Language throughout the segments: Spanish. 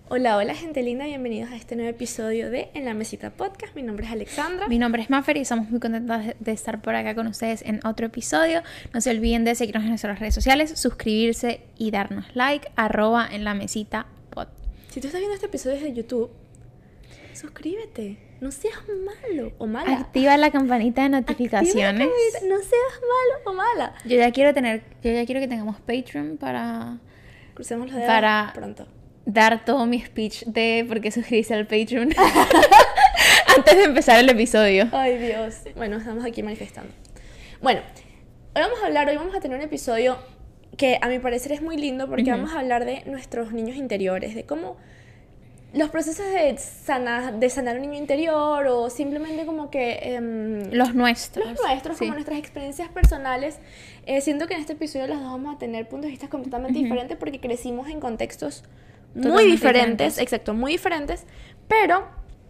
Hola, hola gente linda, bienvenidos a este nuevo episodio de En la Mesita Podcast. Mi nombre es Alexandra. Mi nombre es Maffer y estamos muy contentas de estar por acá con ustedes en otro episodio. No se olviden de seguirnos en nuestras redes sociales, suscribirse y darnos like, @enlamesitapod. Si tú estás viendo este episodio desde YouTube, suscríbete. No seas malo o mala. Activa la campanita de notificaciones. No seas malo o mala. Yo ya quiero que tengamos Patreon para Crucemos los dedos pronto. Dar todo mi speech de por qué suscribirse al Patreon antes de empezar el episodio. Ay, Dios. Bueno, estamos aquí manifestando. Bueno, hoy vamos a tener un episodio que a mi parecer es muy lindo porque vamos a hablar de nuestros niños interiores, de cómo los procesos de sanar un niño interior o simplemente como que... Los nuestros, sí. Como nuestras experiencias personales. Siento que en este episodio las dos vamos a tener puntos de vista completamente diferentes porque crecimos en contextos muy diferentes, exacto, muy diferentes, pero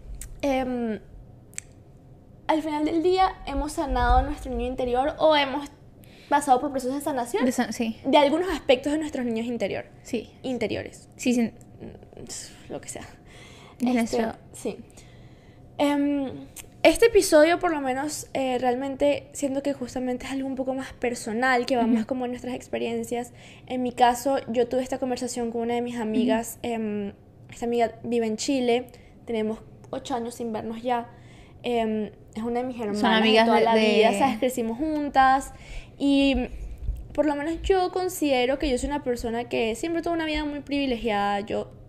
al final del día hemos sanado nuestro niño interior o hemos pasado por procesos de sanación de algunos aspectos de nuestros niños interiores. Sí. Lo que sea. Sí. Este episodio, por lo menos, realmente siento que justamente es algo un poco más personal, que va más como en nuestras experiencias. En mi caso, yo tuve esta conversación con una de mis amigas. Esta amiga vive en Chile, tenemos 8 años sin vernos ya. Es una de mis hermanas. Son amigas de toda la vida, ¿sabes? Crecimos juntas y por lo menos yo considero que yo soy una persona que siempre tuvo una vida muy privilegiada.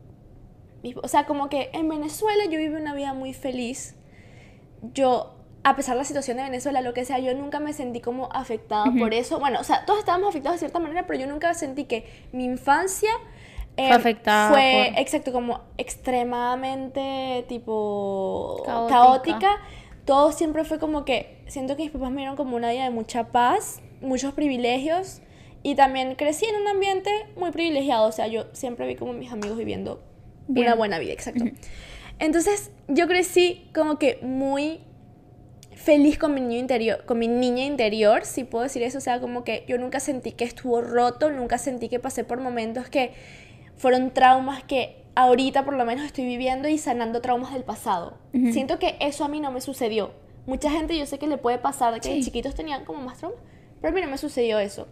O sea, como que en Venezuela yo viví una vida muy feliz. Yo, a pesar de la situación de Venezuela, lo que sea, yo nunca me sentí como afectada por eso. Bueno, o sea, todos estábamos afectados de cierta manera, pero yo nunca sentí que mi infancia fue afectada exacto, como extremadamente tipo caótica. Todo siempre fue como que siento que mis papás me dieron como una vida de mucha paz, muchos privilegios, y también crecí en un ambiente muy privilegiado. O sea, yo siempre vi como mis amigos viviendo una buena vida, exacto. Entonces yo crecí como que muy feliz con mi niño interior, con mi niña interior, si puedo decir eso. O sea, como que yo nunca sentí que estuvo roto, nunca sentí que pasé por momentos que fueron traumas que ahorita por lo menos estoy viviendo y sanando traumas del pasado. Siento que eso a mí no me sucedió. Mucha gente yo sé que le puede pasar que de chiquitos tenían como más traumas, pero a mí no me sucedió eso.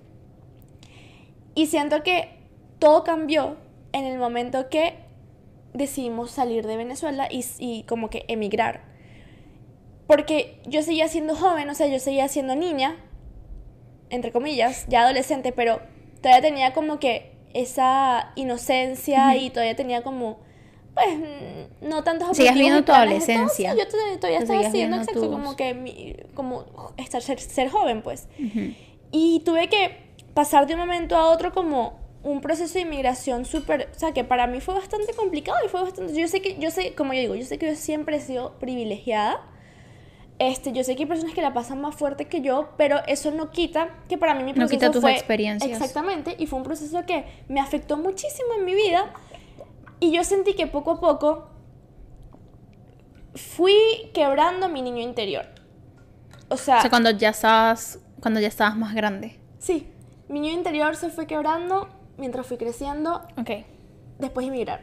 Y siento que todo cambió en el momento que decidimos salir de Venezuela y como que emigrar. Porque yo seguía siendo joven, o sea, yo seguía siendo niña, entre comillas, ya adolescente, pero todavía tenía como que esa inocencia y todavía tenía como, pues, no tantos objetivos. Sigues viendo tu adolescencia. Yo todavía estaba haciendo, exacto, como que ser joven, pues. Y tuve que pasar de un momento a otro como un proceso de inmigración súper, o sea, que para mí fue bastante complicado y fue bastante, yo sé que yo siempre he sido privilegiada. Yo sé que hay personas que la pasan más fuerte que yo, pero eso no quita que para mí mi proceso no quita tus fue experiencias. Exactamente, y fue un proceso que me afectó muchísimo en mi vida y yo sentí que poco a poco fui quebrando mi niño interior. O sea, cuando ya estabas más grande. Sí, mi niño interior se fue quebrando mientras fui creciendo. Después de emigrar.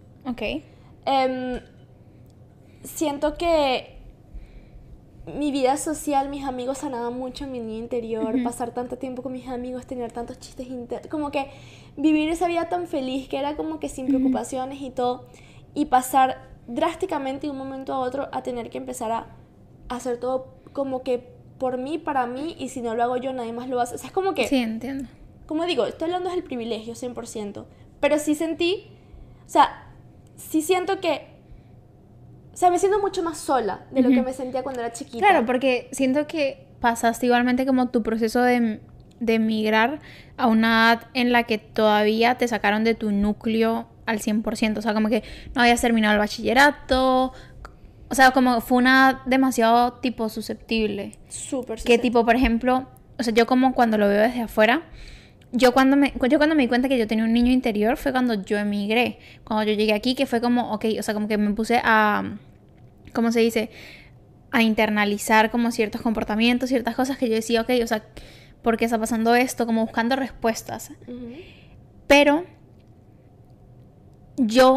Siento que mi vida social, mis amigos sanaban mucho en mi niño interior. Pasar tanto tiempo con mis amigos, tener tantos chistes como que vivir esa vida tan feliz que era como que sin preocupaciones y todo, y pasar drásticamente de un momento a otro a tener que empezar a hacer todo como que por mí, para mí, y si no lo hago yo, nadie más lo hace. O sea, es como que... Sí, entiendo. Como digo, estoy hablando del privilegio, 100%. Pero sí sentí... O sea, sí siento que... O sea, me siento mucho más sola de lo que me sentía cuando era chiquita. Claro, porque siento que pasaste igualmente como tu proceso de emigrar a una edad en la que todavía te sacaron de tu núcleo al 100%. O sea, como que no habías terminado el bachillerato. O sea, como fue una demasiado tipo susceptible. Súper susceptible. Que tipo, por ejemplo, o sea, yo como cuando lo veo desde afuera, yo cuando me di cuenta que yo tenía un niño interior fue cuando yo emigré. Cuando yo llegué aquí, que fue como, ok, o sea, como que me puse a, ¿cómo se dice? A internalizar como ciertos comportamientos, ciertas cosas que yo decía, ok, o sea, ¿por qué está pasando esto? Como buscando respuestas. Pero yo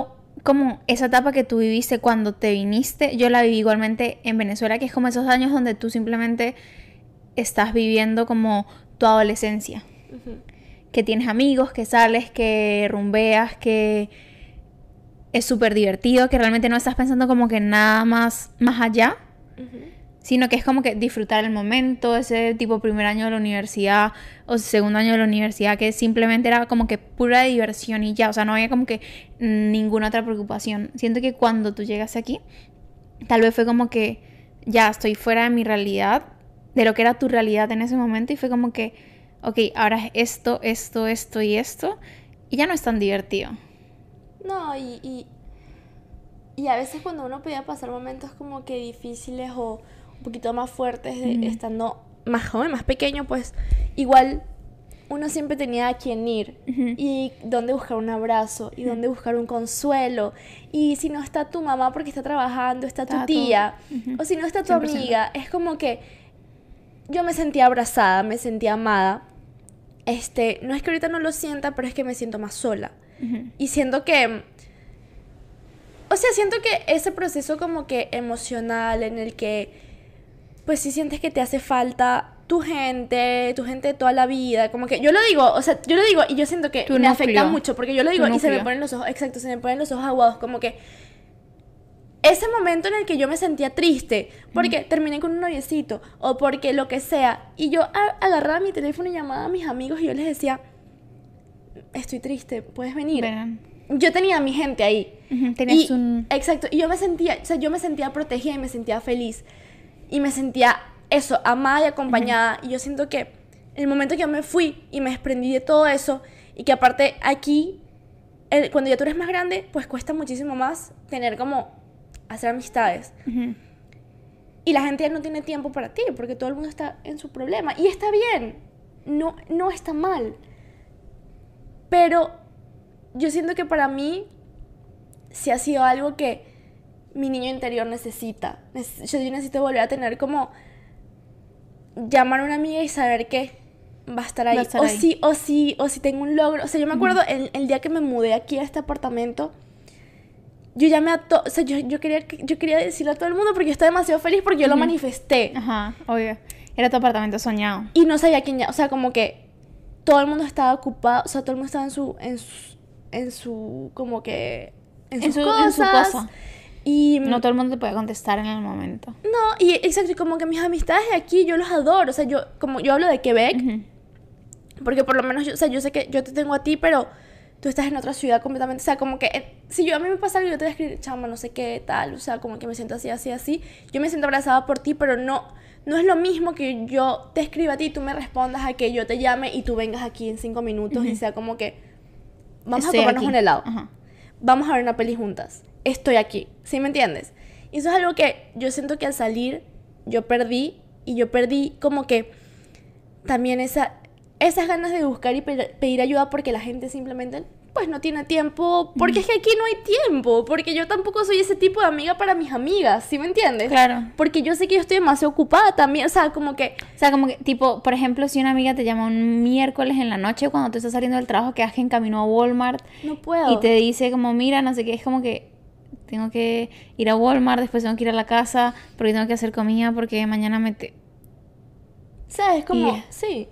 como esa etapa que tú viviste cuando te viniste, yo la viví igualmente en Venezuela, que es como esos años donde tú simplemente estás viviendo como tu adolescencia. Uh-huh. Que tienes amigos, que sales, que rumbeas, que es súper divertido, que realmente no estás pensando como que nada más allá, uh-huh. Sino que es como que disfrutar el momento, ese tipo primer año de la universidad o segundo año de la universidad, que simplemente era como que pura diversión y ya, o sea, no había como que ninguna otra preocupación. Siento que cuando tú llegas aquí, tal vez fue como que ya estoy fuera de mi realidad, de lo que era tu realidad en ese momento, y fue como que, ok, ahora es esto y esto, y ya no es tan divertido. No, y a veces cuando uno podía pasar momentos como que difíciles o un poquito más fuertes, estando más joven, más pequeño, pues igual uno siempre tenía a quien ir, y dónde buscar un abrazo, y dónde buscar un consuelo, y si no está tu mamá porque está trabajando, está tu tía, o si no está tu 100%. Amiga, es como que yo me sentía abrazada, me sentía amada. No es que ahorita no lo sienta, pero es que me siento más sola. Y siento que ese proceso como que emocional en el que pues sí sientes que te hace falta tu gente de toda la vida, como que yo lo digo y yo siento que me afecta mucho, porque yo lo digo y se me ponen los ojos, exacto, se me ponen los ojos aguados, como que ese momento en el que yo me sentía triste porque terminé con un noviecito o porque lo que sea, y yo agarraba mi teléfono y llamaba a mis amigos y yo les decía, estoy triste, ¿puedes venir? Ven. Yo tenía a mi gente ahí. Exacto, y yo me sentía protegida y me sentía feliz y me sentía eso, amada y acompañada. Y yo siento que el momento que yo me fui y me desprendí de todo eso, y que aparte aquí cuando ya tú eres más grande, pues cuesta muchísimo más tener como hacer amistades. Y la gente ya no tiene tiempo para ti porque todo el mundo está en su problema, y está bien, no está mal, pero yo siento que para mí sí ha sido algo que mi niño interior necesita. Yo necesito volver a tener como llamar a una amiga y saber que va a estar ahí. O si tengo un logro. O sea, yo me acuerdo el día que me mudé aquí a este apartamento, yo llamé a o sea, yo quería decirle a todo el mundo porque yo estaba demasiado feliz porque yo lo manifesté. Ajá, obvio. Era tu apartamento soñado. Y no sabía quién ya, o sea, como que todo el mundo estaba ocupado, o sea, todo el mundo estaba en su como que en sus cosas. En su cosa. Y no todo el mundo te puede contestar en el momento. No, y exacto, y como que mis amistades de aquí, yo los adoro. O sea, yo hablo de Quebec, porque por lo menos yo sé que yo te tengo a ti, pero tú estás en otra ciudad completamente. O sea, como que si a mí me pasa algo, yo te voy a escribir, chama, no sé qué, tal. O sea, como que me siento así. Yo me siento abrazada por ti, pero no es lo mismo que yo te escriba a ti y tú me respondas a que yo te llame y tú vengas aquí en 5 minutos y sea como que vamos a comernos un helado. Vamos a ver una peli juntas. Estoy aquí, ¿sí me entiendes? Y eso es algo que yo siento que al salir yo perdí como que también esas ganas de buscar y pedir ayuda, porque la gente simplemente pues no tiene tiempo, porque es que aquí no hay tiempo, porque yo tampoco soy ese tipo de amiga para mis amigas, ¿sí me entiendes? Claro. Porque yo sé que yo estoy demasiado ocupada también, o sea, como que tipo, por ejemplo, si una amiga te llama un miércoles en la noche cuando tú estás saliendo del trabajo, que vas en camino a Walmart, no puedo, y te dice como, mira, no sé qué, es como que tengo que ir a Walmart, después tengo que ir a la casa porque tengo que hacer comida porque mañana ¿sabes? Como, sí,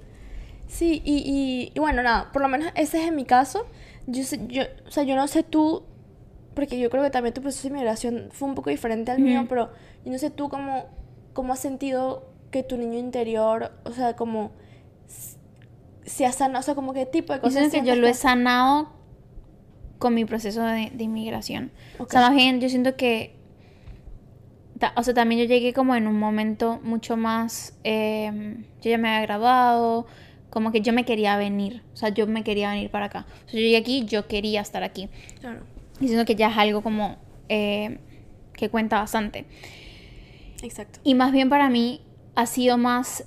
y bueno, nada, por lo menos ese es en mi caso. O sea, yo no sé tú, porque yo creo que también tu proceso de migración fue un poco diferente al mío, pero yo no sé tú cómo has sentido que tu niño interior, o sea, como se ha sanado, o sea, como qué tipo de cosas. Yo lo he sanado con mi proceso de inmigración. Okay. O sea, más bien yo siento que o sea, también yo llegué como en un momento mucho más yo ya me había graduado, como que yo me quería venir, o sea, yo me quería venir para acá. O sea, yo llegué aquí, yo quería estar aquí. Claro. Y siento que ya es algo como que cuenta bastante. Exacto. Y más bien para mí ha sido más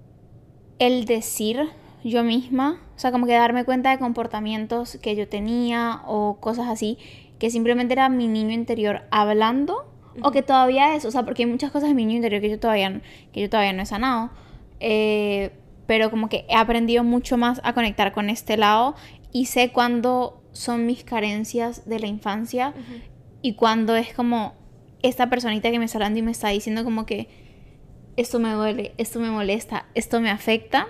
el decir yo misma, o sea, como que darme cuenta de comportamientos que yo tenía o cosas así, que simplemente era mi niño interior hablando, o que todavía es, o sea, porque hay muchas cosas en mi niño interior que yo todavía no he sanado, pero como que he aprendido mucho más a conectar con este lado y sé cuándo son mis carencias de la infancia y cuando es como esta personita que me está hablando y me está diciendo como que esto me duele, esto me molesta, esto me afecta.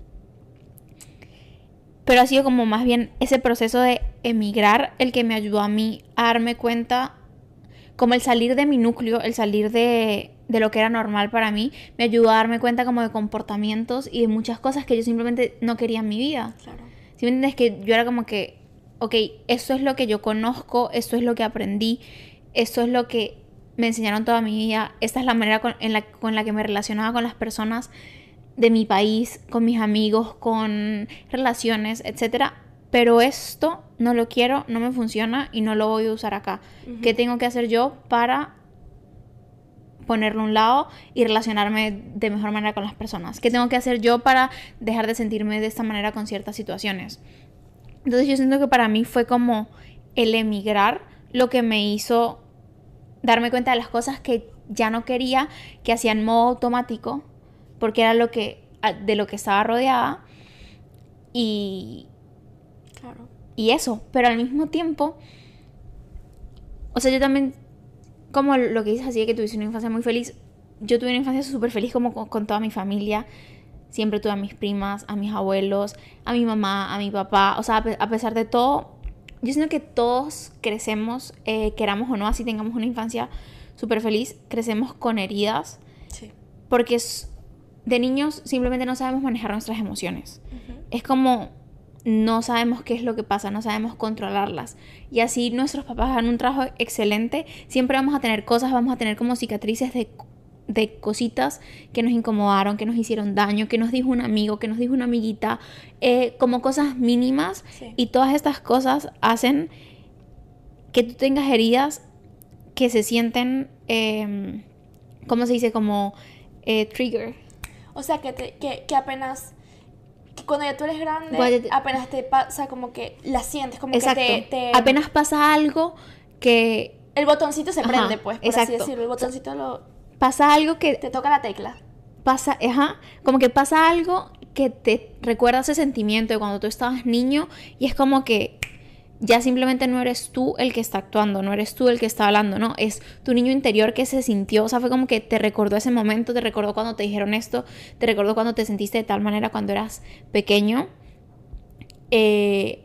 Pero ha sido como más bien ese proceso de emigrar el que me ayudó a mí a darme cuenta, como el salir de mi núcleo, el salir de lo que era normal para mí, me ayudó a darme cuenta como de comportamientos y de muchas cosas que yo simplemente no quería en mi vida. Claro. ¿Sí me entiendes? Que yo era como que, ok, esto es lo que yo conozco, esto es lo que aprendí, esto es lo que me enseñaron toda mi vida, esta es la manera con la que me relacionaba con las personas de mi país, con mis amigos, con relaciones, etcétera. Pero esto no lo quiero, no me funciona y no lo voy a usar acá. Uh-huh. ¿Qué tengo que hacer yo para ponerlo a un lado y relacionarme de mejor manera con las personas? ¿Qué tengo que hacer yo para dejar de sentirme de esta manera con ciertas situaciones? Entonces yo siento que para mí fue como el emigrar lo que me hizo darme cuenta de las cosas que ya no quería, que hacía en modo automático, porque era de lo que estaba rodeada. Claro. Y eso, pero al mismo tiempo, o sea, yo también, como lo que dices así de que tuviste una infancia muy feliz, yo tuve una infancia súper feliz como con toda mi familia. Siempre tuve a mis primas, a mis abuelos, a mi mamá, a mi papá. O sea, a pesar de todo, yo siento que todos crecemos, queramos o no, así tengamos una infancia súper feliz, crecemos con heridas. Sí. Porque de niños simplemente no sabemos manejar nuestras emociones. Uh-huh. Es como no sabemos qué es lo que pasa, no sabemos controlarlas. Y así nuestros papás hagan un trabajo excelente, siempre vamos a tener cosas, vamos a tener como cicatrices de cositas que nos incomodaron, que nos hicieron daño, que nos dijo un amigo, que nos dijo una amiguita, como cosas mínimas. Sí. Y todas estas cosas hacen que tú tengas heridas que se sienten, ¿cómo se dice? Como trigger. O sea, que apenas, que cuando ya tú eres grande, apenas te pasa, como que la sientes, como exacto. que apenas pasa algo que... el botoncito se prende, pues, por exacto. así decirlo. El botoncito pasa algo que... te toca la tecla. Como que pasa algo que te recuerda ese sentimiento de cuando tú estabas niño y es como que ya simplemente no eres tú el que está actuando, no eres tú el que está hablando, no, es tu niño interior que se sintió, o sea, fue como que te recordó ese momento, te recordó cuando te dijeron esto, te recordó cuando te sentiste de tal manera cuando eras pequeño. Y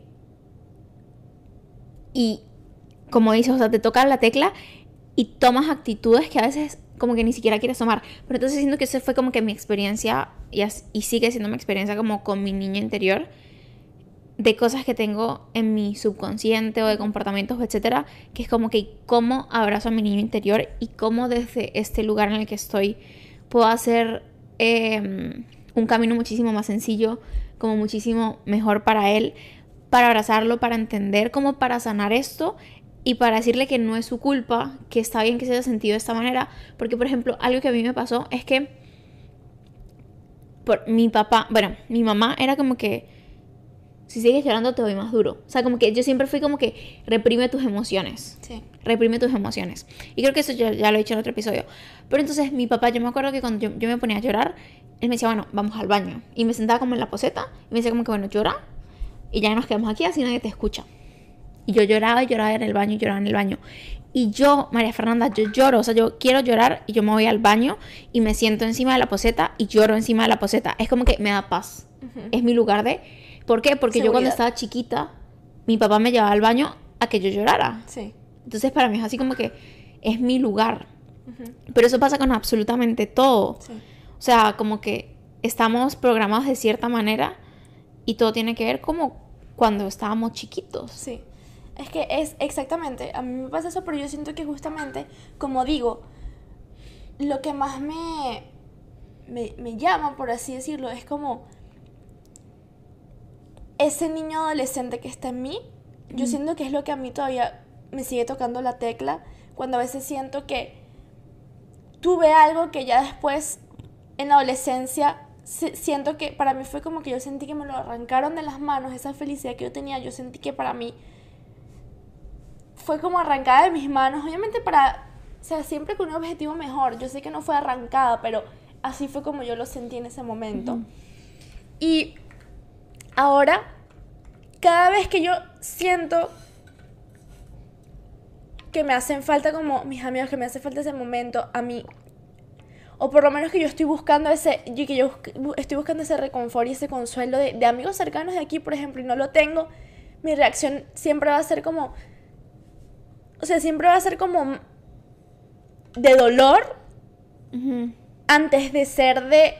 como dices, o sea, te toca la tecla y tomas actitudes que a veces como que ni siquiera quieres tomar. Pero entonces siento que esa fue como que mi experiencia y sigue siendo mi experiencia como con mi niño interior, de cosas que tengo en mi subconsciente o de comportamientos, etcétera, que es como que cómo abrazo a mi niño interior y cómo desde este lugar en el que estoy puedo hacer un camino muchísimo más sencillo, como muchísimo mejor para él, para abrazarlo, para entender, como para sanar esto y para decirle que no es su culpa, que está bien que se haya sentido de esta manera. Porque, por ejemplo, algo que a mí me pasó es que mi mamá era como que si sigues llorando te doy más duro. O sea, como que yo siempre fui como que reprime tus emociones. Sí. Reprime tus emociones. Y creo que eso ya lo he dicho en otro episodio. Pero entonces mi papá, yo me acuerdo que cuando yo me ponía a llorar, él me decía, bueno, vamos al baño. Y me sentaba como en la poseta y me decía como que, bueno, llora. Y ya nos quedamos aquí, así nadie te escucha. Y yo lloraba y lloraba en el baño y lloraba en el baño. Y yo, María Fernanda, yo lloro. O sea, yo quiero llorar y yo me voy al baño y me siento encima de la poseta y lloro encima de la poseta. Es como que me da paz. Uh-huh. Es mi lugar de... ¿Por qué? Porque seguridad. Yo cuando estaba chiquita, mi papá me llevaba al baño a que yo llorara. Sí. Entonces para mí es así como que es mi lugar. Uh-huh. Pero eso pasa con absolutamente todo. Sí. O sea, como que estamos programados de cierta manera y todo tiene que ver como cuando estábamos chiquitos. Sí. Es que es exactamente, a mí me pasa eso, pero yo siento que justamente, como digo, lo que más me llama, por así decirlo, es como ese niño adolescente que está en mí. Yo siento que es lo que a mí todavía me sigue tocando la tecla, cuando a veces siento que tuve algo que ya después en la adolescencia siento que para mí fue como que yo sentí que me lo arrancaron de las manos, esa felicidad que yo tenía. Yo sentí que para mí fue como arrancada de mis manos, obviamente o sea, siempre con un objetivo mejor. Yo sé que no fue arrancada, pero así fue como yo lo sentí en ese momento. Uh-huh. Y ahora, cada vez que yo siento que me hacen falta como mis amigos, que me hace falta ese momento, a mí, o por lo menos que yo estoy buscando estoy buscando ese reconfort y ese consuelo de amigos cercanos de aquí, por ejemplo, y no lo tengo, mi reacción siempre va a ser como, o sea, siempre va a ser como de dolor antes de ser de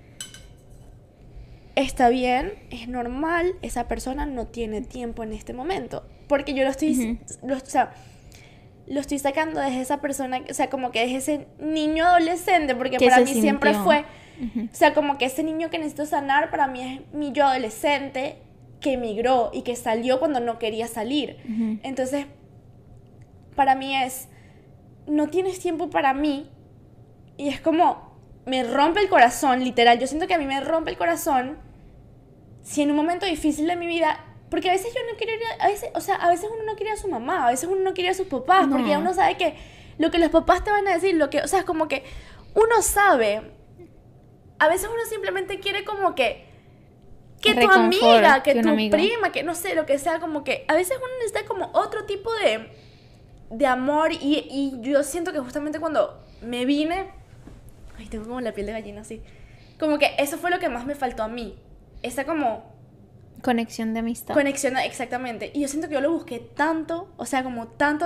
está bien, es normal, esa persona no tiene tiempo en este momento, porque yo lo estoy lo estoy sacando desde esa persona, o sea, como que desde ese niño adolescente, porque para mí siempre fue, o sea, como que ese niño que necesito sanar para mí es mi yo adolescente que emigró y que salió cuando no quería salir. Entonces, para mí no tienes tiempo para mí, y es como, me rompe el corazón, literal, yo siento que a mí me rompe el corazón si en un momento difícil de mi vida, porque a veces yo no quiero ir a veces uno no quiere a su mamá, a veces uno no quiere a sus papás, porque ya uno sabe que lo que los papás te van a decir, o sea, es como que uno sabe, a veces uno simplemente quiere como que tu amiga, que tu prima, que no sé, lo que sea, como que a veces uno necesita como otro tipo de amor, y yo siento que justamente cuando me vine, ay, tengo como la piel de gallina así, como que eso fue lo que más me faltó a mí, esa como conexión de amistad. Conexión, exactamente. Y yo siento que yo lo busqué tanto, o sea, como tanto.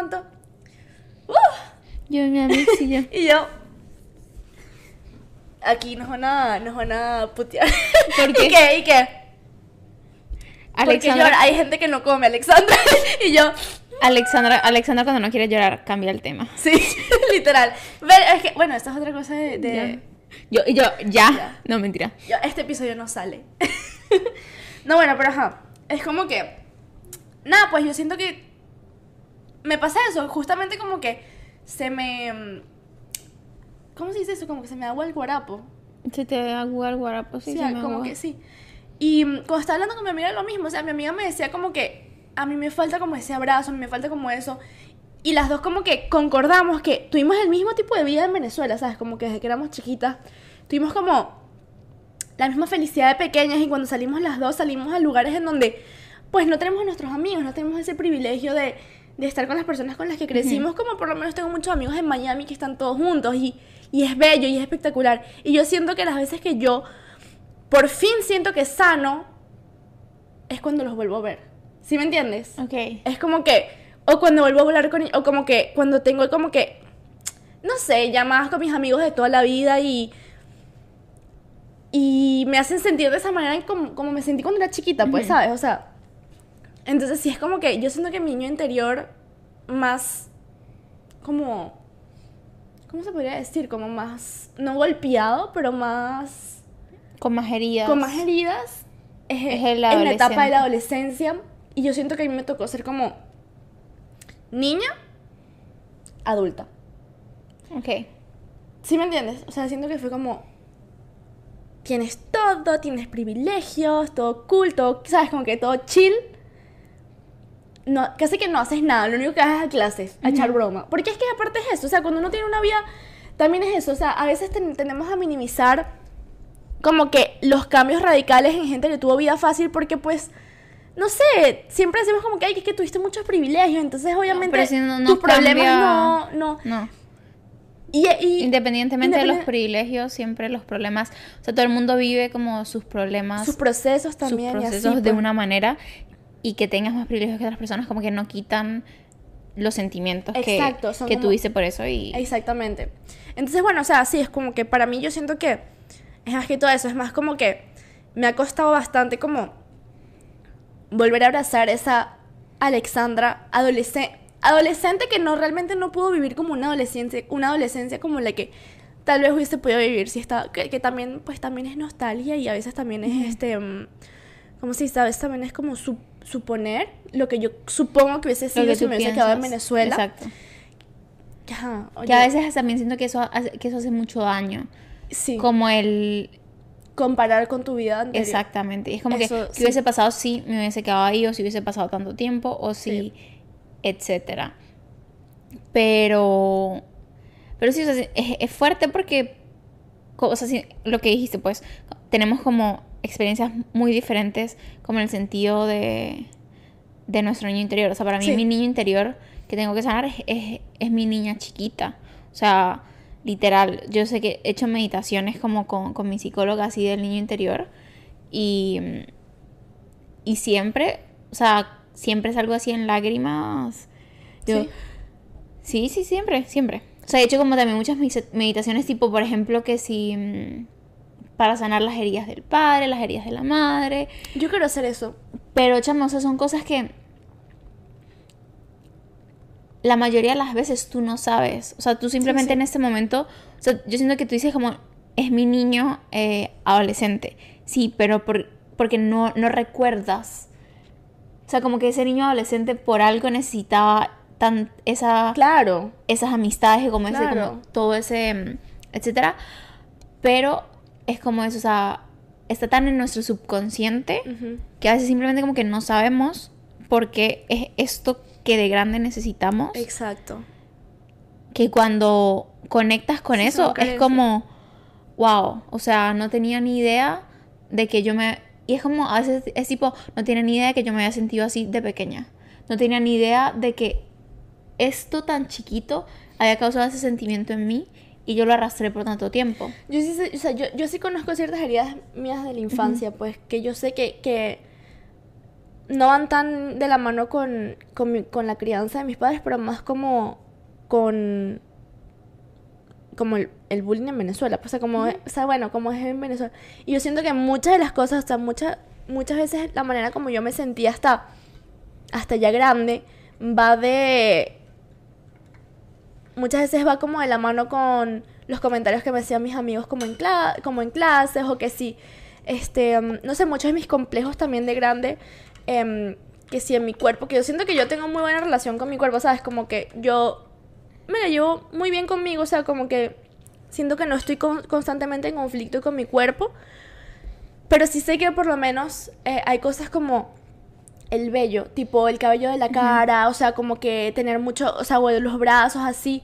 Yo y mi amiga, sí, yo. Y yo, aquí nos van a putear. ¿Por qué? ¿Y qué? Porque llora, hay gente que no come, Alexandra. Y yo, Alexandra cuando no quiere llorar cambia el tema. sí, literal. Es que, bueno, esta es otra cosa de... Yo, no, mentira. Este episodio no sale. No, bueno, pero ajá, es como que, nada, pues yo siento que me pasa eso, justamente como que ¿cómo se dice eso? Como que se me agua el guarapo. Se te agua el guarapo, sí, se me como agua. que sí. Y cuando estaba hablando con mi amiga lo mismo, o sea, mi amiga me decía como que a mí me falta como ese abrazo, a mí me falta como eso, y las dos como que concordamos que tuvimos el mismo tipo de vida en Venezuela, ¿sabes? Como que desde que éramos chiquitas, tuvimos como la misma felicidad de pequeñas, y cuando salimos las dos, salimos a lugares en donde pues no tenemos a nuestros amigos, no tenemos ese privilegio de estar con las personas con las que crecimos, como por lo menos tengo muchos amigos en Miami que están todos juntos, y es bello y es espectacular, y yo siento que las veces que yo por fin siento que sano es cuando los vuelvo a ver, ¿sí me entiendes? Okay. Es como que, o cuando vuelvo a hablar con ellos, o como que cuando tengo como que, no sé, llamadas con mis amigos de toda la vida, y me hacen sentir de esa manera como me sentí cuando era chiquita, pues, ¿sabes? O sea, entonces sí es como que yo siento que mi niño interior más como, ¿cómo se podría decir? Como más, no golpeado, pero más... Con más heridas. Con más heridas es en la etapa de la adolescencia, y yo siento que a mí me tocó ser como niña, adulta. Ok. ¿Sí me entiendes? O sea, siento que fue como... Tienes todo, tienes privilegios, todo cool, todo, ¿sabes? Como que todo chill. No, casi que no haces nada, lo único que haces es a clases, a echar broma. Porque es que aparte es eso, o sea, cuando uno tiene una vida, también es eso, o sea, a veces tendemos a minimizar como que los cambios radicales en gente que tuvo vida fácil, porque pues, no sé, siempre decimos como que, ay, que es que tuviste muchos privilegios, entonces obviamente pero si no tus problemas cambia... no. Independientemente de los privilegios, siempre los problemas, o sea, todo el mundo vive como sus problemas, sus procesos también, sus procesos y así, de pues, una manera, y que tengas más privilegios que otras personas como que no quitan los sentimientos que tuviste por eso. Exactamente. Entonces, bueno, o sea, sí, es como que para mí yo siento que es más que todo eso, es más como que me ha costado bastante como volver a abrazar esa Alexandra adolescente que realmente no pudo vivir como una adolescencia como la que tal vez hubiese podido vivir si está, que también, pues también es nostalgia, y a veces también es como si sabes, también es como suponer lo que yo supongo que hubiese sido si me hubiese quedado en Venezuela. Exacto. Ajá, que a veces también siento que eso hace mucho daño. Sí. Como el comparar con tu vida anterior. Exactamente. Y es como que hubiese pasado si me hubiese quedado ahí, o si hubiese pasado tanto tiempo, o si etcétera. Pero sí, o sea, es fuerte porque, o sea, lo que dijiste, pues tenemos como experiencias muy diferentes, como en el sentido de nuestro niño interior. O sea, para mí mi niño interior que tengo que sanar es mi niña chiquita. O sea, literal, yo sé que he hecho meditaciones como con mi psicóloga así del niño interior y siempre, o sea, siempre salgo así en lágrimas. Yo, sí, siempre. O sea, he hecho como también muchas meditaciones tipo, por ejemplo, que si para sanar las heridas del padre, las heridas de la madre. Yo quiero hacer eso. Pero, chamo, o sea, son cosas que la mayoría de las veces tú no sabes. O sea, tú simplemente en este momento, o sea, yo siento que tú dices como, es mi niño adolescente. Sí, pero porque no recuerdas. O sea, como que ese niño adolescente por algo necesitaba claro, esas amistades, como claro, ese, como todo ese, etcétera. Pero es como eso, o sea, está tan en nuestro subconsciente que a veces simplemente como que no sabemos por qué es esto que de grande necesitamos. Exacto. Que cuando conectas con eso es como, wow, o sea, no tenía ni idea de que yo me... Y es como, a veces es tipo, no tenía ni idea de que yo me había sentido así de pequeña. No tenía ni idea de que esto tan chiquito había causado ese sentimiento en mí y yo lo arrastré por tanto tiempo. Yo sí, o sea, yo sí conozco ciertas heridas mías de la infancia, pues, que yo sé que no van tan de la mano con la crianza de mis padres, pero más como el bullying en Venezuela, pues, o sea, como, o sea, bueno, como es en Venezuela. Y yo siento que muchas de las cosas, o sea, muchas veces la manera como yo me sentía hasta ya grande, muchas veces va como de la mano con los comentarios que me hacían mis amigos como en clases, o que sí, no sé, muchos de mis complejos también de grande, que sí en mi cuerpo, que yo siento que yo tengo muy buena relación con mi cuerpo, ¿sabes? Como que yo me la llevo muy bien conmigo, o sea, como que siento que no estoy constantemente en conflicto con mi cuerpo, pero sí sé que por lo menos hay cosas como el vello, tipo el cabello de la cara, o sea, como que tener mucho, o sea, los brazos así,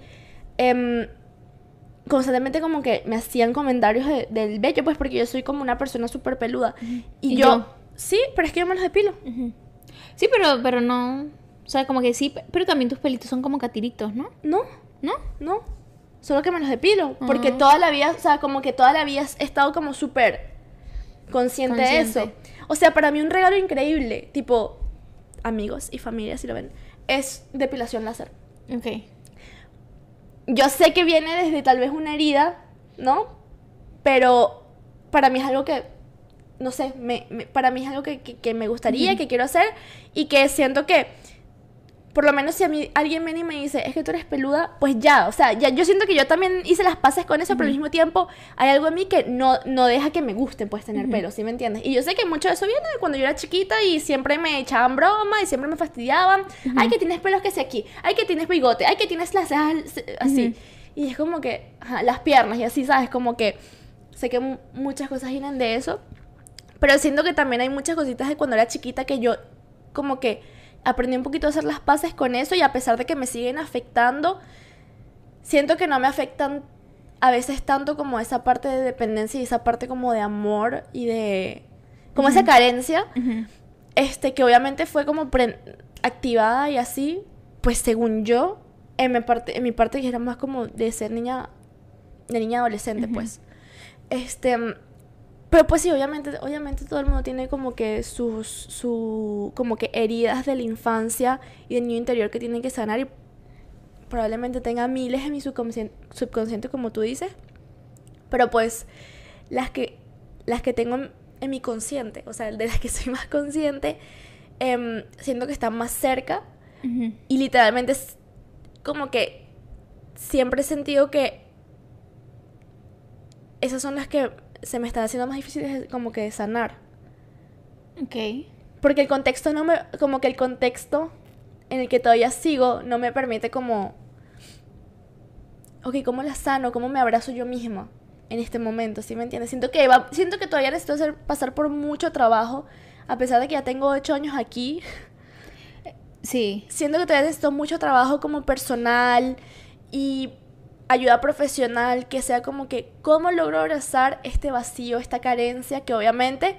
constantemente como que me hacían comentarios del vello, pues porque yo soy como una persona súper peluda. Y yo, sí, pero es que yo me los depilo. Sí, pero no, o sea, como que sí, pero también tus pelitos son como catiritos, ¿no? No, solo que me los depilo, porque toda la vida, o sea, como que toda la vida he estado como súper consciente de eso. O sea, para mí un regalo increíble, tipo, amigos y familia, si lo ven, es depilación láser. Ok. Yo sé que viene desde tal vez una herida, ¿no? Pero para mí es algo que, no sé, para mí es algo que me gustaría, que quiero hacer, y que siento que, por lo menos si a mí alguien viene y me dice, es que tú eres peluda, pues ya, o sea, ya yo siento que yo también hice las paces con eso, pero al mismo tiempo hay algo en mí que no deja que me guste, pues, tener pelo, ¿sí me entiendes? Y yo sé que mucho de eso viene de cuando yo era chiquita y siempre me echaban broma y siempre me fastidiaban. Ay, que tienes pelos que sé aquí, ay, que tienes bigote, ay, que tienes las cejas así. Y es como que, las piernas y así, ¿sabes? Como que sé que muchas cosas vienen de eso, pero siento que también hay muchas cositas de cuando era chiquita que yo como que aprendí un poquito a hacer las paces con eso, y a pesar de que me siguen afectando, siento que no me afectan a veces tanto como esa parte de dependencia y esa parte como de amor y de como esa carencia, que obviamente fue como activada y así, pues según yo, en mi parte que era más como de ser niña adolescente, pues. Pero pues sí, obviamente todo el mundo tiene como que como que heridas de la infancia y del niño interior que tienen que sanar, y probablemente tenga miles en mi subconsciente, como tú dices. Pero pues las que tengo en mi consciente, o sea, de las que soy más consciente, siento que están más cerca. Y literalmente es como que siempre he sentido que esas son las que se me están haciendo más difíciles como que de sanar. Ok. Porque el contexto como que el contexto en el que todavía sigo no me permite como, ok, ¿cómo la sano? ¿Cómo me abrazo yo misma en este momento? ¿Sí me entiendes? Siento que todavía necesito pasar por mucho trabajo, a pesar de que ya tengo 8 años aquí. Sí. Siento que todavía necesito mucho trabajo como personal y ayuda profesional, que sea como que cómo logro abrazar este vacío, esta carencia que obviamente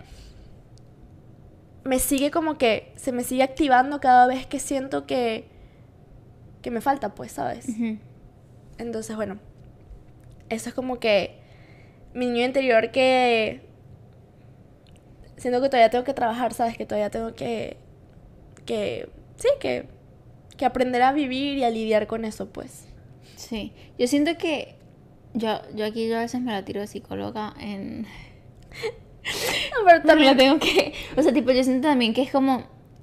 se me sigue activando cada vez que siento que que me falta, pues, ¿sabes? Ujú. Entonces, bueno, eso es como que mi niño interior que siento que todavía tengo que trabajar, ¿sabes? Que todavía tengo sí, que aprender a vivir y a lidiar con eso, pues. Sí, yo siento que yo aquí yo a veces me la tiro de psicóloga en... No, pero Pero también la tengo que... O sea, tipo, yo siento también que es como...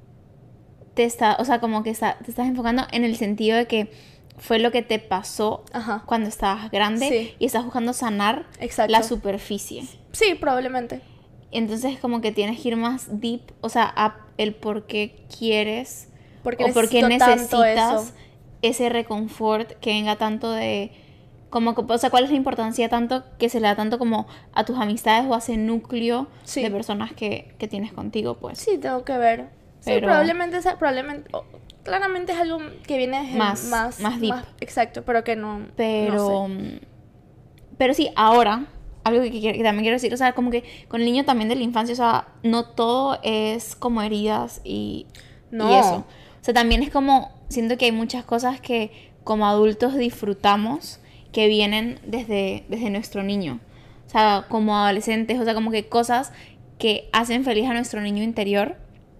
O sea, como que te estás enfocando en el sentido de que fue lo que te pasó Ajá. cuando estabas grande Sí. y estás buscando sanar Exacto. la superficie. Sí, probablemente. Entonces como que tienes que ir más deep, o sea, a el por qué quieres Porque o por qué necesito tanto necesitas eso. ese reconfort que venga tanto de... Como, o sea, ¿cuál es la importancia tanto que se le da tanto como a tus amistades o a ese núcleo Sí. de personas que tienes contigo, pues? Sí, tengo que ver. Sí, Pero- probablemente claramente es algo que viene desde Más deep. exacto, pero que no Pero, no sé. pero sí, ahora, algo que también quiero decir, o sea, como que con el niño también de la infancia, o sea, no todo es como heridas y No. eso. O sea, también es como, siento que hay muchas cosas que como adultos disfrutamos que vienen desde nuestro niño. O sea, como adolescentes, o sea, como que cosas que hacen feliz a nuestro niño interior,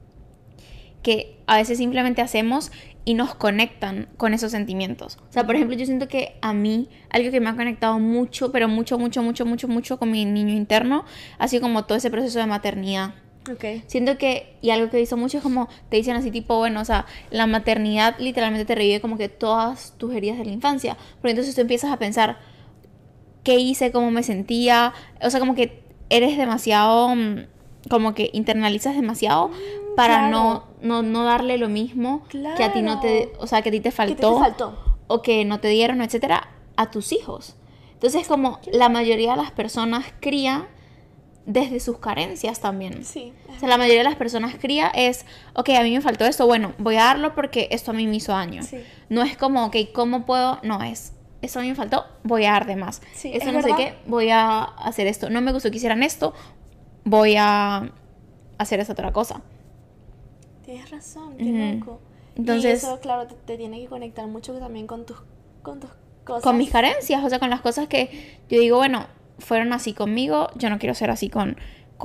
que a veces simplemente hacemos y nos conectan con esos sentimientos. O sea, por ejemplo, yo siento que a mí algo que me ha conectado mucho, pero mucho con mi niño interno, ha sido como todo ese proceso de maternidad. Okay. Siento que, y algo que he visto mucho es como te dicen así tipo, bueno, o sea, la maternidad literalmente te revive como que todas tus heridas de la infancia. Pero entonces tú empiezas a pensar qué hice, cómo me sentía, o sea, como que eres demasiado, como que internalizas demasiado para claro. no darle lo mismo que a ti no te, Claro. o sea, que a ti te ¿Qué te faltó faltó? o que no te dieron, etcétera, a tus hijos. Entonces, como la mayoría de las personas cría desde sus carencias también. Sí. O sea, la mayoría de las personas cría es, ok, a mí me faltó esto, bueno, voy a darlo porque esto a mí me hizo daño. Sí. No es como, ok, ¿cómo puedo? No es, esto a mí me faltó, voy a dar de más. Sí, Esto es no sé verdad. qué, voy a hacer esto. No me gustó que hicieran esto, voy a hacer esa otra cosa. Tienes razón, qué Ujú. loco. Entonces- y eso, claro, te tiene que conectar mucho también con tus cosas. Con mis carencias, o sea, con las cosas que yo digo, bueno, fueron así conmigo, yo no quiero ser así con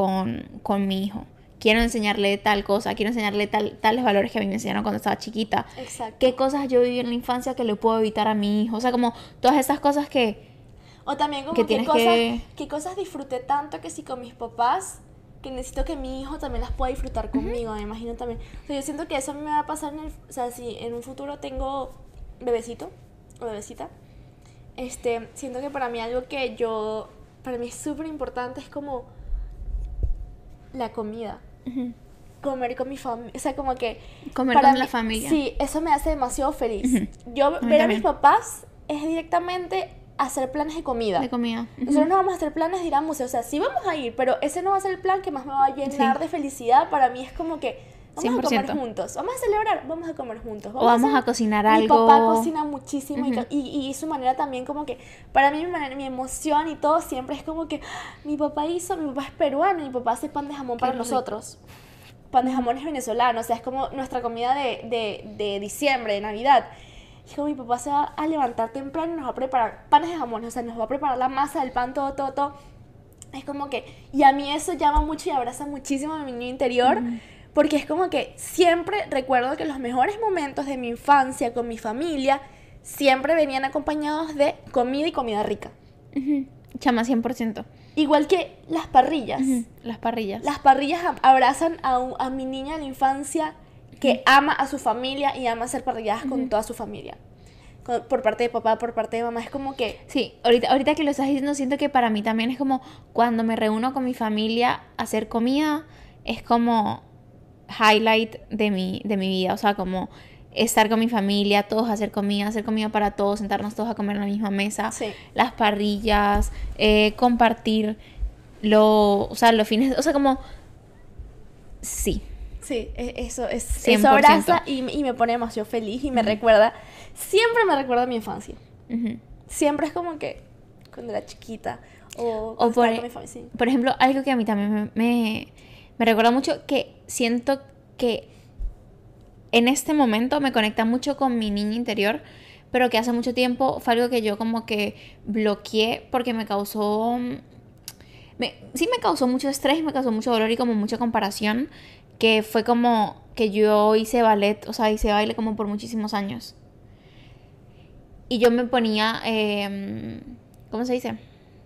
mi hijo. Quiero enseñarle tal cosa, quiero enseñarle tales valores que a mí me enseñaron cuando estaba chiquita. Exacto. ¿Qué cosas yo viví en la infancia que le puedo evitar a mi hijo? O sea, como todas esas cosas que... O también como que qué tienes cosas, que- qué cosas disfruté tanto que si con mis papás, que necesito que mi hijo también las pueda disfrutar conmigo, me imagino también. O sea, yo siento que eso a mí me va a pasar o sea, si en un futuro tengo bebecito o bebecita, siento que para mí algo para mí es súper importante es como la comida. Ujú. Comer con mi familia, o sea, como que... Comer para con la familia. Sí, eso me hace demasiado feliz. Ujú. Yo A mí ver a también. mis papás es directamente hacer planes de comida. De comida. Ujú. Nosotros no vamos a hacer planes de ir a museo, o sea, sí vamos a ir, pero ese no va a ser el plan que más me va a llenar Sí. de felicidad. Para mí es como que vamos a comer 100%. juntos, vamos a celebrar, vamos a comer juntos. O vamos hacer- a cocinar Mi algo. papá cocina muchísimo Ujú. y su manera también como que, para mí mi emoción y todo siempre es como que mi papá es peruano y mi papá hace pan de jamón para rico. nosotros. Pan de jamón es venezolano, o sea, es como nuestra comida de diciembre, de Navidad. Y como mi papá se va a levantar temprano y nos va a preparar panes de jamón, o sea, nos va a preparar la masa del pan, todo. Es como que, y a mí eso llama mucho y abraza muchísimo a mi niño interior, porque es como que siempre recuerdo que los mejores momentos de mi infancia con mi familia siempre venían acompañados de comida y comida rica. Ujú. Chama, 100%. Igual que las parrillas. Ujú. Las parrillas. Las parrillas abrazan a mi niña de la infancia que ama a su familia y ama hacer parrilladas con toda su familia. Por parte de papá, por parte de mamá. Es como que... Sí, ahorita que lo estás diciendo, siento que para mí también es como cuando me reúno con mi familia a hacer comida, es como highlight de mi vida. O sea, como estar con mi familia, todos hacer comida para todos, sentarnos todos a comer en la misma mesa, Sí. las parrillas, compartir los fines, o sea, como... Sí. Sí, eso 100%. abraza y me pone demasiado feliz y me recuerda... Siempre me recuerda a mi infancia. Ujú. Siempre es como que cuando era chiquita o O cuando por, estaba con mi familia. Sí. por ejemplo, algo que a mí también me recuerda mucho, que siento que en este momento me conecta mucho con mi niña interior, pero que hace mucho tiempo fue algo que yo como que bloqueé porque me causó... sí me causó mucho estrés, me causó mucho dolor y como mucha comparación, que fue como que yo hice ballet, o sea, hice baile como por muchísimos años. Y yo me ponía, ¿cómo se dice?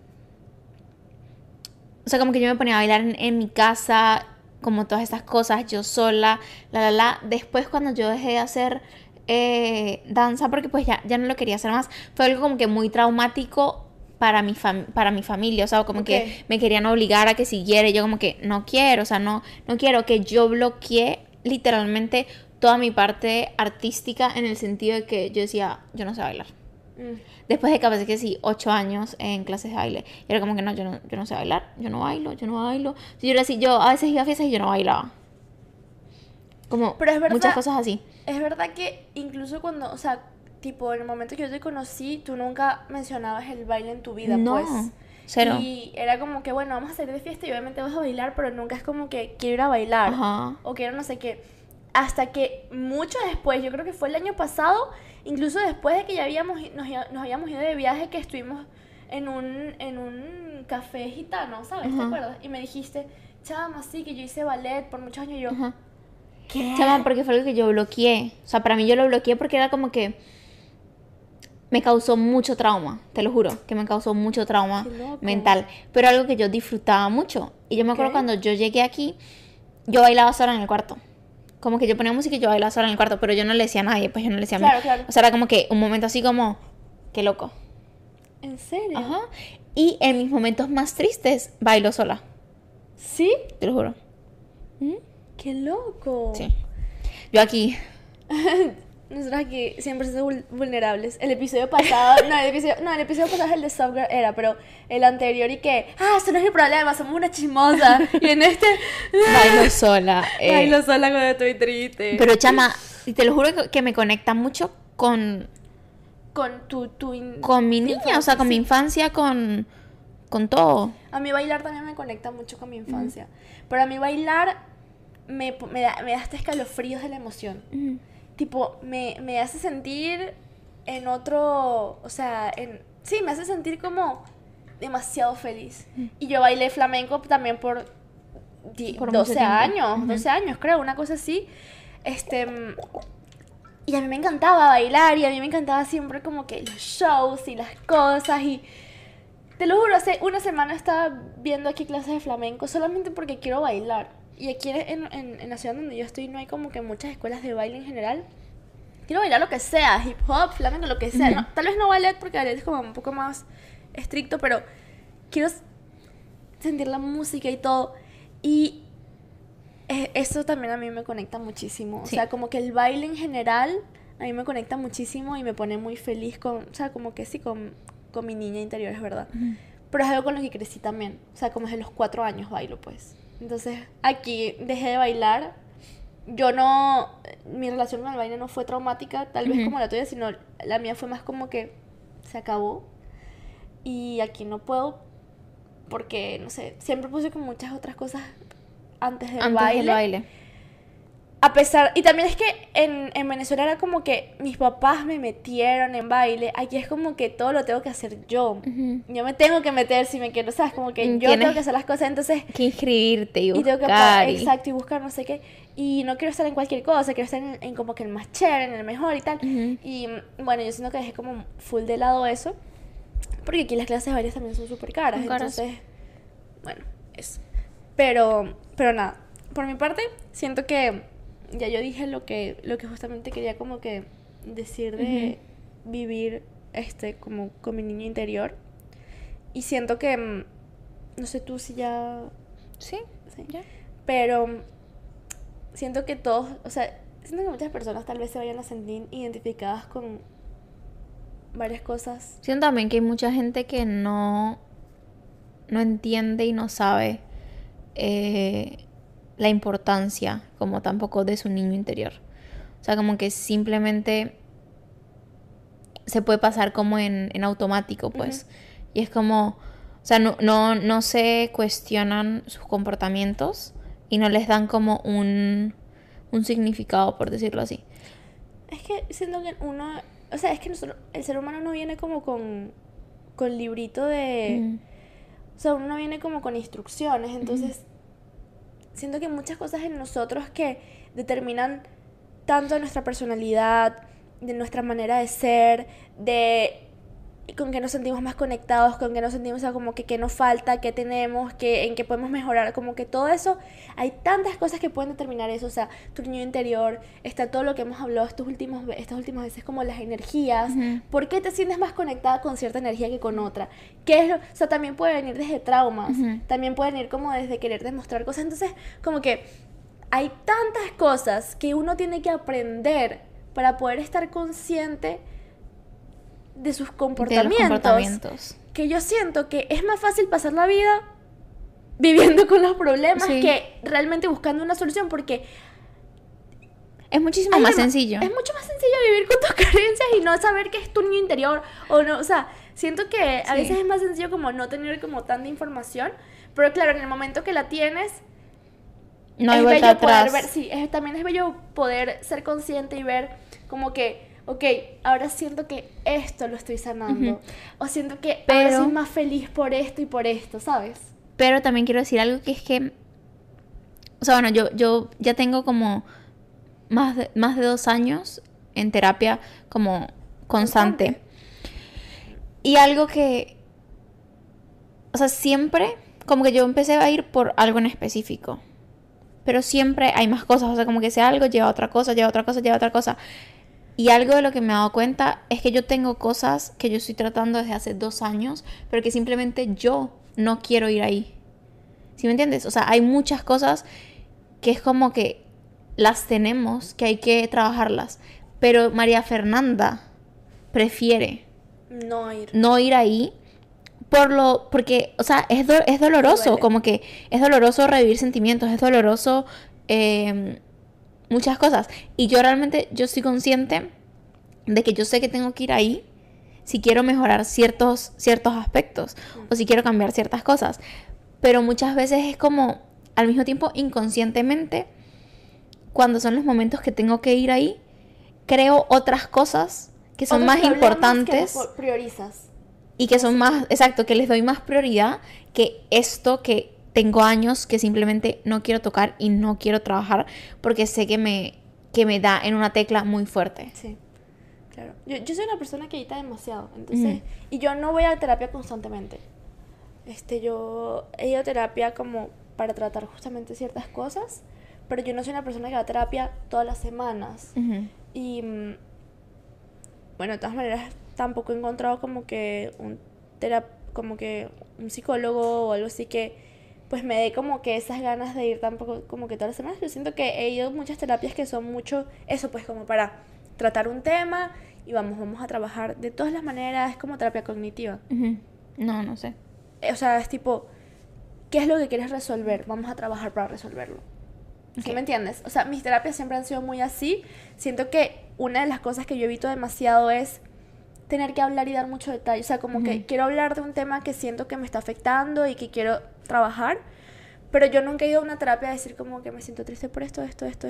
O sea, como que yo me ponía a bailar en mi casa, como todas estas cosas, yo sola, Después cuando yo dejé de hacer danza, porque pues ya no lo quería hacer más, fue algo como que muy traumático para mi familia, o sea, como que me querían obligar a que siguiera, y yo como que no quiero, o sea, no quiero, que yo bloqueé literalmente toda mi parte artística, en el sentido de que yo decía, yo no sé bailar. Después de que pasé que sí, 8 años en clases de baile, y era como que no, yo no sé bailar, yo no bailo. Yo a veces iba a fiestas y yo no bailaba. Como pero es verdad, muchas cosas así. Es verdad que incluso cuando, o sea, tipo en el momento que yo te conocí, tú nunca mencionabas el baile en tu vida, no, pues. Cero. Y era como que, bueno, vamos a salir de fiesta y obviamente vas a bailar, pero nunca es como que quiero ir a bailar. Ajá. O quiero no sé qué. Hasta que mucho después, yo creo que fue el año pasado, incluso después de que ya nos habíamos ido de viaje, que estuvimos en un café gitano, ¿sabes? ¿Te acuerdas? Y me dijiste, chama, sí, que yo hice ballet por muchos años. Y yo, ¿qué? Chama, porque fue algo que yo bloqueé. O sea, para mí yo lo bloqueé porque era como que me causó mucho trauma, te lo juro, que me causó mucho trauma mental. Pero algo que yo disfrutaba mucho. Y yo me acuerdo cuando yo llegué aquí, yo bailaba sola en el cuarto. Como que yo ponía música y yo bailaba sola en el cuarto, pero yo no le decía a nadie, pues yo no le decía a mí. Claro. O sea, era como que un momento así como, qué loco. ¿En serio? Ajá. Y en mis momentos más tristes, bailo sola. ¿Sí? Te lo juro. ¡Qué loco! Sí. Yo aquí. Nosotros aquí siempre somos vulnerables. El episodio pasado, el episodio pasado es el de Soft Girl era, pero el anterior y que, eso no es el problema, somos una chismosa. Y en este, bailo sola. Bailo sola cuando estoy triste. Pero chama, y te lo juro que me conecta mucho con con mi niña, o sea, con mi infancia, con todo. A mí bailar también me conecta mucho con mi infancia. Pero a mí bailar me da hasta escalofríos de la emoción. Tipo, me hace sentir en otro, o sea, sí, me hace sentir como demasiado feliz. Y yo bailé flamenco también por 12 años, 12 años creo, una cosa así. Y a mí me encantaba bailar y a mí me encantaba siempre como que los shows y las cosas y... Te lo juro, hace una semana estaba viendo aquí clases de flamenco solamente porque quiero bailar. Y aquí en la ciudad donde yo estoy no hay como que muchas escuelas de baile en general. Quiero bailar lo que sea, hip hop, flamenco, lo que sea. No, tal vez no ballet porque ballet es como un poco más estricto, pero quiero sentir la música y todo. Y eso también a mí me conecta muchísimo. Sí. O sea, como que el baile en general a mí me conecta muchísimo y me pone muy feliz con, o sea, como que sí, con mi niña interior, es verdad. Pero es algo con lo que crecí también. O sea, como desde los 4 años bailo, pues. Entonces, aquí dejé de bailar. Mi relación con el baile no fue traumática, tal vez como la tuya, sino la mía fue más como que se acabó. Y aquí no puedo porque, no sé, siempre puse como muchas otras cosas antes del baile. A pesar, y también es que en Venezuela era como que mis papás me metieron en baile. Aquí es como que todo lo tengo que hacer yo. Yo me tengo que meter si me quiero, ¿sabes? Como que yo tengo que hacer las cosas, entonces... que inscribirte y buscar. Exacto, y buscar no sé qué. Y no quiero estar en cualquier cosa, quiero estar en como que el más chévere, en el mejor y tal. Y bueno, yo siento que dejé como full de lado eso. Porque aquí las clases de baile también son súper caras. Entonces, bueno, eso. Pero nada, por mi parte, siento que... Ya yo dije lo que justamente quería como que decir de vivir como con mi niño interior. Y siento que, no sé tú si ya... Sí, ya. Pero siento que todos, o sea, siento que muchas personas tal vez se vayan a sentir identificadas con varias cosas. Siento también que hay mucha gente que no entiende y no sabe la importancia como tampoco de su niño interior. O sea, como que simplemente se puede pasar como en automático, pues. Y es como, o sea, no se cuestionan sus comportamientos y no les dan como un un significado, por decirlo así. Es que siento que uno, o sea, es que nosotros, el ser humano no viene como con librito de, o sea, uno viene como con instrucciones, entonces siento que hay muchas cosas en nosotros que determinan tanto de nuestra personalidad, de nuestra manera de ser, de con qué nos sentimos más conectados, con qué nos sentimos, o sea, como que qué nos falta, qué tenemos, en qué podemos mejorar, como que todo eso, hay tantas cosas que pueden determinar eso, o sea, tu niño interior, está todo lo que hemos hablado estas últimas veces, como las energías, ¿por qué te sientes más conectada con cierta energía que con otra? ¿Qué es lo? O sea, también puede venir desde traumas, también puede venir como desde querer demostrar cosas, entonces, como que hay tantas cosas que uno tiene que aprender para poder estar consciente de sus comportamientos, que yo siento que es más fácil pasar la vida viviendo con los problemas que realmente buscando una solución, porque es muchísimo más sencillo. Es mucho más sencillo vivir con tus carencias y no saber qué es tu niño interior o no, o sea, siento que a veces es más sencillo como no tener como tanta información, pero claro, en el momento que la tienes no hay vuelta atrás. Poder ver, también es bello poder ser consciente y ver como que ok, ahora siento que esto lo estoy sanando. O siento que ahora soy más feliz por esto y por esto, ¿sabes? Pero también quiero decir algo que es que... O sea, bueno, yo ya tengo como más de 2 años en terapia como constante. Y algo que... O sea, siempre como que yo empecé a ir por algo en específico. Pero siempre hay más cosas. O sea, como que sea algo lleva a otra cosa, lleva a otra cosa, lleva a otra cosa. Y algo de lo que me he dado cuenta es que yo tengo cosas que yo estoy tratando desde hace 2 años, pero que simplemente yo no quiero ir ahí. ¿Sí me entiendes? O sea, hay muchas cosas que es como que las tenemos, que hay que trabajarlas. Pero María Fernanda prefiere no ir ahí porque, o sea, es doloroso. Como que es doloroso revivir sentimientos, es doloroso... muchas cosas. Y yo realmente, yo estoy consciente de que yo sé que tengo que ir ahí si quiero mejorar ciertos aspectos o si quiero cambiar ciertas cosas. Pero muchas veces es como, al mismo tiempo, inconscientemente, cuando son los momentos que tengo que ir ahí, creo otras cosas que son más importantes. Que priorizas. Y que son más, exacto, que les doy más prioridad que esto que tengo años que simplemente no quiero tocar y no quiero trabajar porque sé que me da en una tecla muy fuerte. Sí, claro. Yo soy una persona que evita demasiado, entonces... Y yo no voy a terapia constantemente. Yo he ido a terapia como para tratar justamente ciertas cosas, pero yo no soy una persona que va a terapia todas las semanas. Y... bueno, de todas maneras, tampoco he encontrado como que un psicólogo o algo así que pues me dé como que esas ganas de ir tampoco como que todas las semanas. Yo siento que he ido a muchas terapias que son mucho eso, pues como para tratar un tema y vamos a trabajar de todas las maneras, es como terapia cognitiva. No sé. O sea, es tipo, ¿qué es lo que quieres resolver? Vamos a trabajar para resolverlo. ¿Sí me entiendes? O sea, mis terapias siempre han sido muy así. Siento que una de las cosas que yo evito demasiado es tener que hablar y dar mucho detalle. O sea, como que quiero hablar de un tema que siento que me está afectando y que quiero trabajar, pero yo nunca he ido a una terapia a decir como que me siento triste por esto,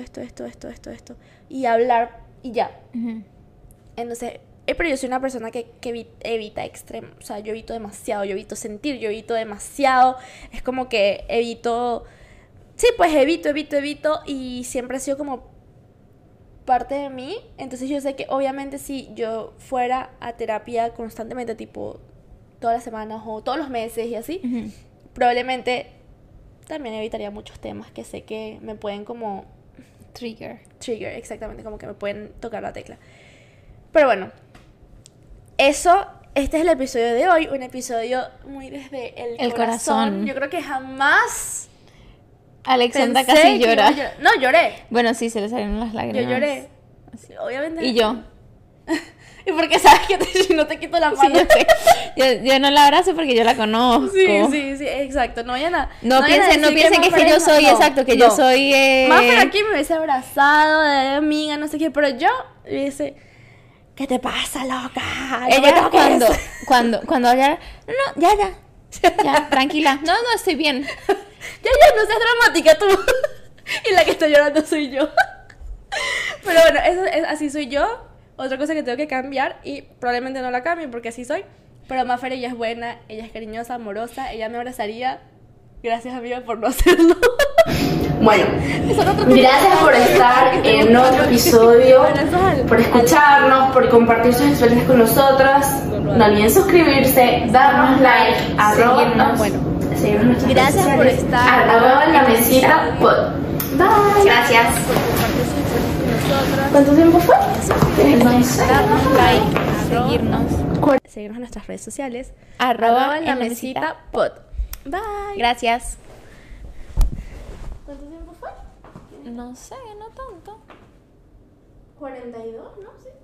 y hablar y ya. Entonces, pero yo soy una persona que evita extremo, o sea, yo evito demasiado, yo evito sentir, yo evito demasiado, es como que evito, sí, pues evito, y siempre ha sido como parte de mí. Entonces yo sé que obviamente si yo fuera a terapia constantemente, tipo todas las semanas o todos los meses y así, probablemente también evitaría muchos temas que sé que me pueden como trigger, exactamente, como que me pueden tocar la tecla. Pero bueno, eso, este es el episodio de hoy, un episodio muy desde el corazón. Yo creo que jamás Alexandra casi llora. No, lloré. Bueno, sí, se le salieron las lágrimas. Yo lloré. Así, obviamente. Y yo. Y porque sabes que si no te quito la mano. Sí, yo no la abrazo porque yo la conozco. Sí, exacto. No piensen que es que yo soy, exacto, que yo soy... Más por aquí me hubiese abrazado de amiga, no sé qué, pero yo hubiese... ¿Qué te pasa, loca? Ella cuando hablar... No, ya, tranquila. No, estoy bien. Ya, no seas dramática tú. Y la que está llorando soy yo. Pero bueno, así soy yo. Otra cosa que tengo que cambiar, y probablemente no la cambie porque así soy, pero Mafer, ella es buena, ella es cariñosa, amorosa, ella me abrazaría. Gracias, amiga, por no hacerlo. Bueno, gracias por estar en otro episodio, por escucharnos, por compartir sus experiencias con nosotros. No olviden suscribirse, darnos like, seguirnos. Seguirnos en gracias por estar. @la mesita pod. Bye. Gracias. Por compartir sus experiencias con nosotros. ¿Cuánto tiempo fue? Darnos like, seguirnos en nuestras redes sociales. @la mesita pod. Bye. Gracias. ¿Cuánto tiempo fue? No sé, no tanto. 42, ¿no? Sí.